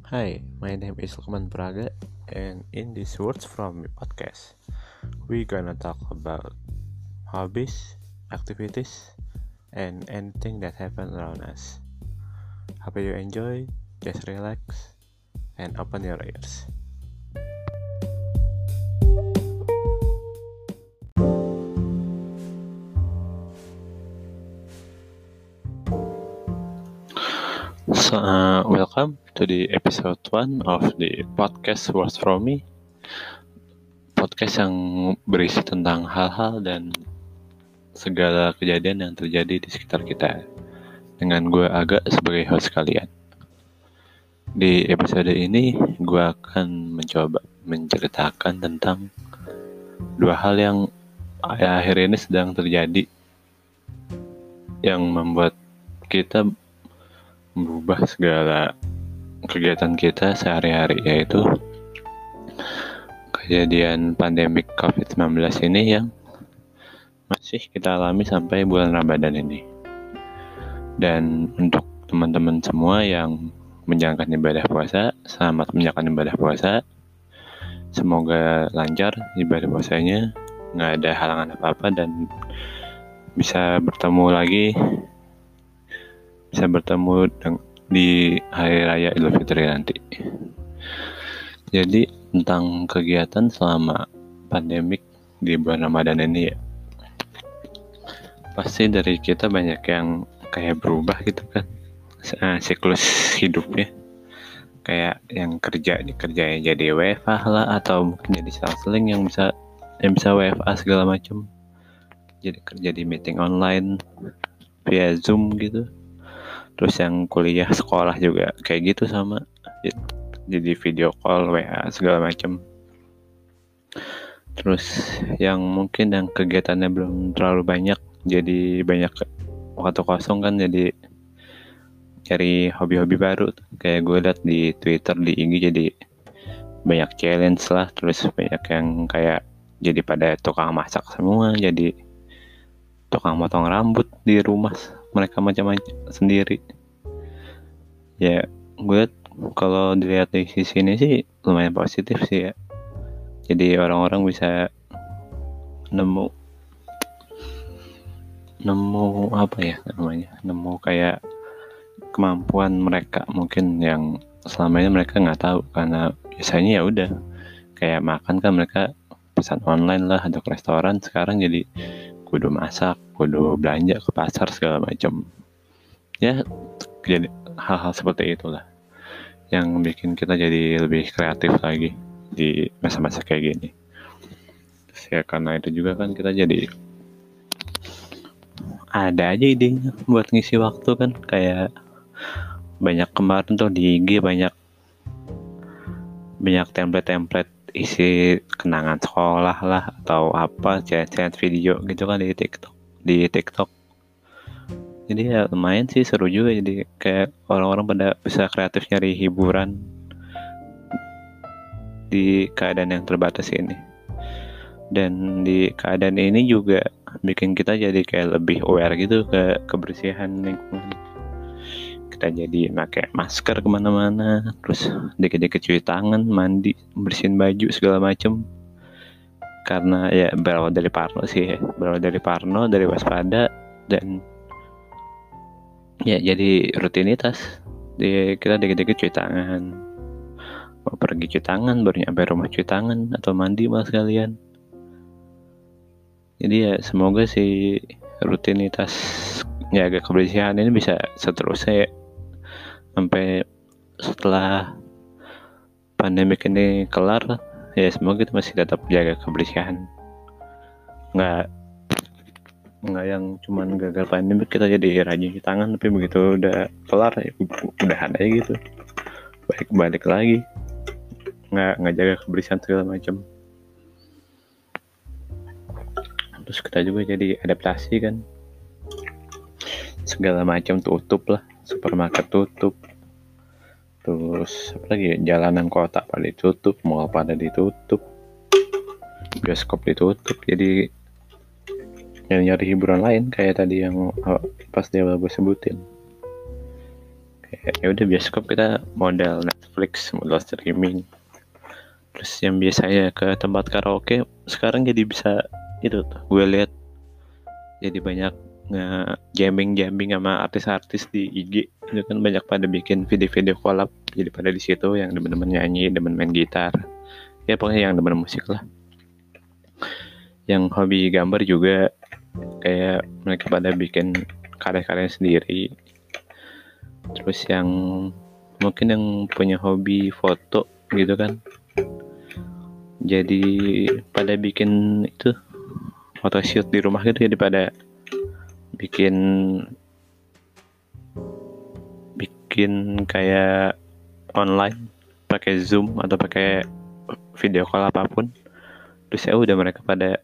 Hi, my name is Lukman Praga, and in this Words From Me podcast, we gonna talk about hobbies, activities, and anything that happen around us. Hope you enjoy, just relax, and open your ears. Welcome to the episode 1 of the podcast Words From Me. Podcast yang berisi tentang hal-hal dan segala kejadian yang terjadi di sekitar kita. Dengan gue Aga sebagai host kalian. Di episode ini gue akan mencoba menceritakan tentang dua hal yang akhir ini sedang terjadi yang membuat kita merubah segala kegiatan kita sehari-hari, yaitu kejadian pandemik COVID-19 ini yang masih kita alami sampai bulan Ramadan ini. Dan untuk teman-teman semua yang menjalankan ibadah puasa, selamat menjalankan ibadah puasa. Semoga lancar ibadah puasanya, nggak ada halangan apa-apa, dan bisa bertemu di hari raya Idul Fitri nanti. Jadi tentang kegiatan selama pandemik di bulan Ramadan ini ya, pasti dari kita banyak yang kayak berubah gitu kan, siklus hidupnya. Kayak yang kerjanya jadi WFH lah, atau mungkin jadi seling yang bisa WFA segala macam. Jadi kerja di meeting online via Zoom gitu. Terus yang kuliah sekolah juga kayak gitu sama. Jadi video call, WA segala macam. Terus yang mungkin yang kegiatannya belum terlalu banyak, jadi banyak waktu kosong kan, jadi cari hobi-hobi baru. Kayak gue liat di Twitter, di IG, jadi banyak challenge lah. Terus banyak yang kayak jadi pada tukang masak semua, jadi tukang potong rambut di rumah mereka macam-macam sendiri. Ya gue kalau dilihat di sisi ini sih lumayan positif sih ya. Jadi orang-orang bisa nemu apa ya namanya, nemu kayak kemampuan mereka mungkin yang selama ini mereka nggak tahu, karena biasanya ya udah kayak makan kan mereka pesan online lah atau ke restoran. Sekarang jadi kudu masak, kudu belanja ke pasar segala macam. Ya jadi hal-hal seperti itulah yang bikin kita jadi lebih kreatif lagi di masa-masa kayak gini. Terus ya karena itu juga kan kita jadi ada aja idenya buat ngisi waktu kan. Kayak banyak kemarin tuh di IG banyak template isi kenangan sekolah lah atau apa, challenge video gitu kan di TikTok. Jadi ya lumayan sih, seru juga. Jadi kayak orang-orang pada bisa kreatif nyari hiburan di keadaan yang terbatas ini. Dan di keadaan ini juga bikin kita jadi kayak lebih aware gitu ke kebersihan lingkungan. Kita jadi pakai masker kemana-mana, terus dikit-dikit cuci tangan, mandi, bersihin baju segala macem. Karena ya berawal dari parno, dari waspada, dan ya jadi rutinitas. Kita dikit-dikit cuci tangan, mau pergi cuci tangan, baru nyampe rumah cuci tangan, atau mandi malah sekalian. Jadi ya semoga si rutinitas jaga kebersihan ini bisa seterusnya ya, sampai setelah pandemik ini kelar. Ya semoga kita masih tetap jaga kebersihan, nggak yang cuman gagal pandemik kita jadi rajin cuci tangan, tapi begitu udah kelar ya udahan aja gitu, balik lagi nggak jaga kebersihan segala macam. Terus kita juga jadi adaptasi kan, segala macam tutup lah, supermarket tutup, terus apa lagi, jalanan kota pada ditutup, mall pada ditutup, bioskop ditutup. Jadi nyari hiburan lain kayak tadi yang pas di awal gue sebutin, ya udah bioskop kita modal Netflix, modal streaming. Terus yang biasanya ke tempat karaoke sekarang jadi bisa itu tuh, gue lihat jadi banyak jamming sama artis-artis di IG itu kan, banyak pada bikin video-video collab, jadi pada di situ yang demen-demen nyanyi, demen main gitar, ya pokoknya yang demen musik lah. Yang hobi gambar juga kayak mereka pada bikin karya-karya sendiri. Terus yang mungkin yang punya hobi foto gitu kan, jadi pada bikin itu photoshoot di rumah gitu, jadi pada bikin kayak online pakai Zoom atau pakai video call apapun. Terus ya udah mereka pada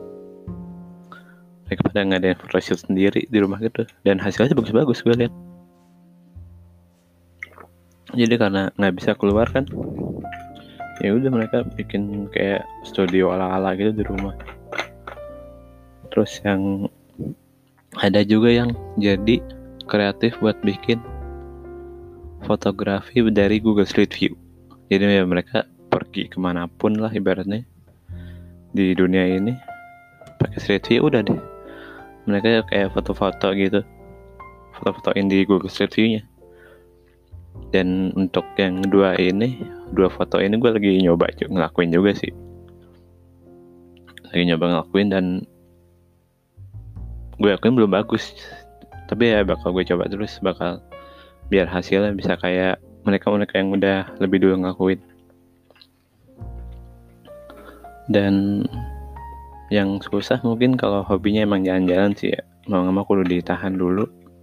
ngadain photoshoot sendiri di rumah gitu, dan hasilnya bagus-bagus gue lihat. Jadi karena nggak bisa keluar kan, ya udah mereka bikin kayak studio ala-ala gitu di rumah. Terus yang ada juga yang jadi kreatif buat bikin fotografi dari Google Street View. Jadi ya mereka pergi kemanapun lah ibaratnya di dunia ini pakai Street View, udah deh mereka kayak foto-foto gitu, foto-fotoin di Google Street View-nya. Dan untuk yang dua foto ini gue lagi nyoba ngelakuin juga sih, dan gue akuin belum bagus, tapi ya bakal gue coba terus, bakal biar hasilnya bisa kayak mereka yang udah lebih dulu ngakuin. Dan yang susah mungkin kalau hobinya emang jalan-jalan sih ya, mau nggak mau kudu ditahan dulu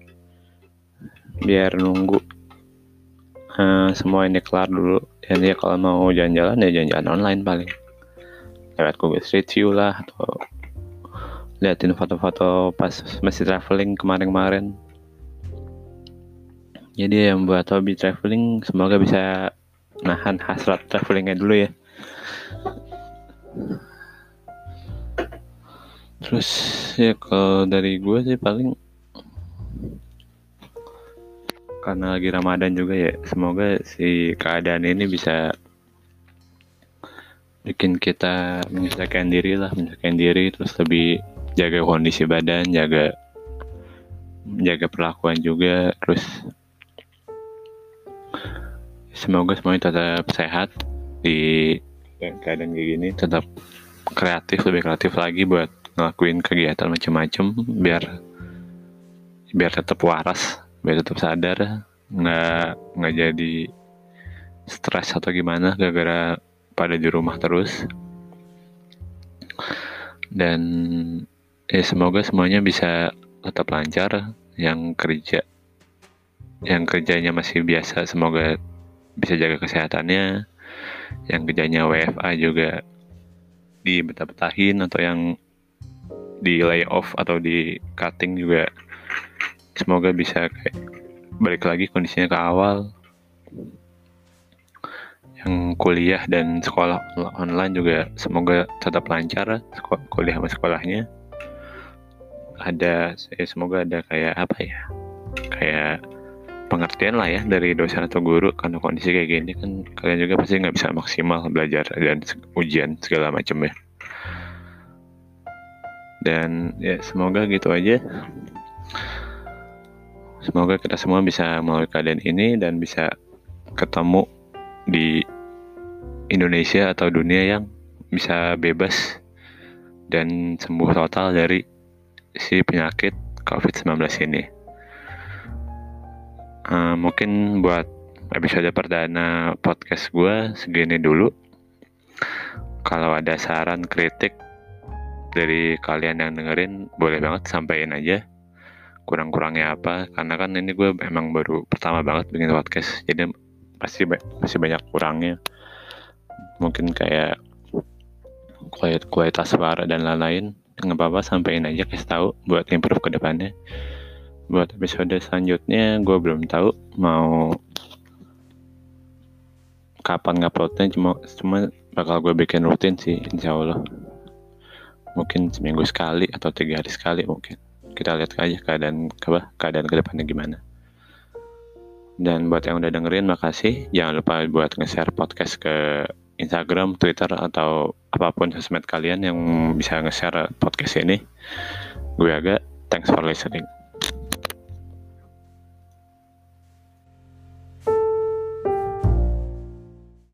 biar nunggu semua ini kelar dulu. Dan ya kalau mau jalan-jalan ya jalan-jalan online paling lewat Google Street View lah, atau liatin foto-foto pas masih traveling kemarin-kemarin. Jadi yang buat hobi traveling semoga bisa nahan hasrat travelingnya dulu ya. Terus ya kalau dari gue sih paling karena lagi Ramadan juga ya, semoga si keadaan ini bisa bikin kita menyesuaikan diri, terus lebih jaga kondisi badan, jaga perlakuan juga. Terus semoga semuanya tetap sehat di keadaan kayak gini, tetap lebih kreatif lagi buat ngelakuin kegiatan macam-macam biar tetap waras, biar tetap sadar, nggak jadi stres atau gimana gara-gara pada di rumah terus. Dan ya semoga semuanya bisa tetap lancar. Yang kerjanya masih biasa semoga bisa jaga kesehatannya, yang kerjanya WFA juga dibetah-betahin, atau yang di layoff atau di cutting juga semoga bisa kayak balik lagi kondisinya ke awal. Yang kuliah dan sekolah online juga semoga tetap lancar, kuliah sama sekolahnya. Semoga ada kayak pengertian lah ya dari dosen atau guru, karena kondisi kayak gini kan kalian juga pasti nggak bisa maksimal belajar dan ujian segala macam ya. Dan ya semoga gitu aja. Semoga kita semua bisa melalui keadaan ini dan bisa ketemu di Indonesia atau dunia yang bisa bebas dan sembuh total dari si penyakit COVID-19 ini. Mungkin buat episode perdana podcast gue segini dulu. Kalau ada saran, kritik dari kalian yang dengerin, boleh banget sampein aja kurang-kurangnya apa, karena kan ini gue emang baru pertama banget bikin podcast, jadi masih banyak kurangnya. Mungkin kayak kualitas suara dan lain-lain, nggak apa-apa, sampein aja, kasih tahu buat improve ke depannya. Buat episode selanjutnya gue belum tahu mau kapan nguploadnya, cuma bakal gue bikin rutin sih insya Allah. Mungkin seminggu sekali atau 3 hari sekali mungkin. Kita lihat aja keadaan ke depannya gimana. Dan buat yang udah dengerin, makasih. Jangan lupa buat nge-share podcast ke Instagram, Twitter, atau apapun sosmed kalian yang bisa nge-share podcast ini. Gue Aga, thanks for listening.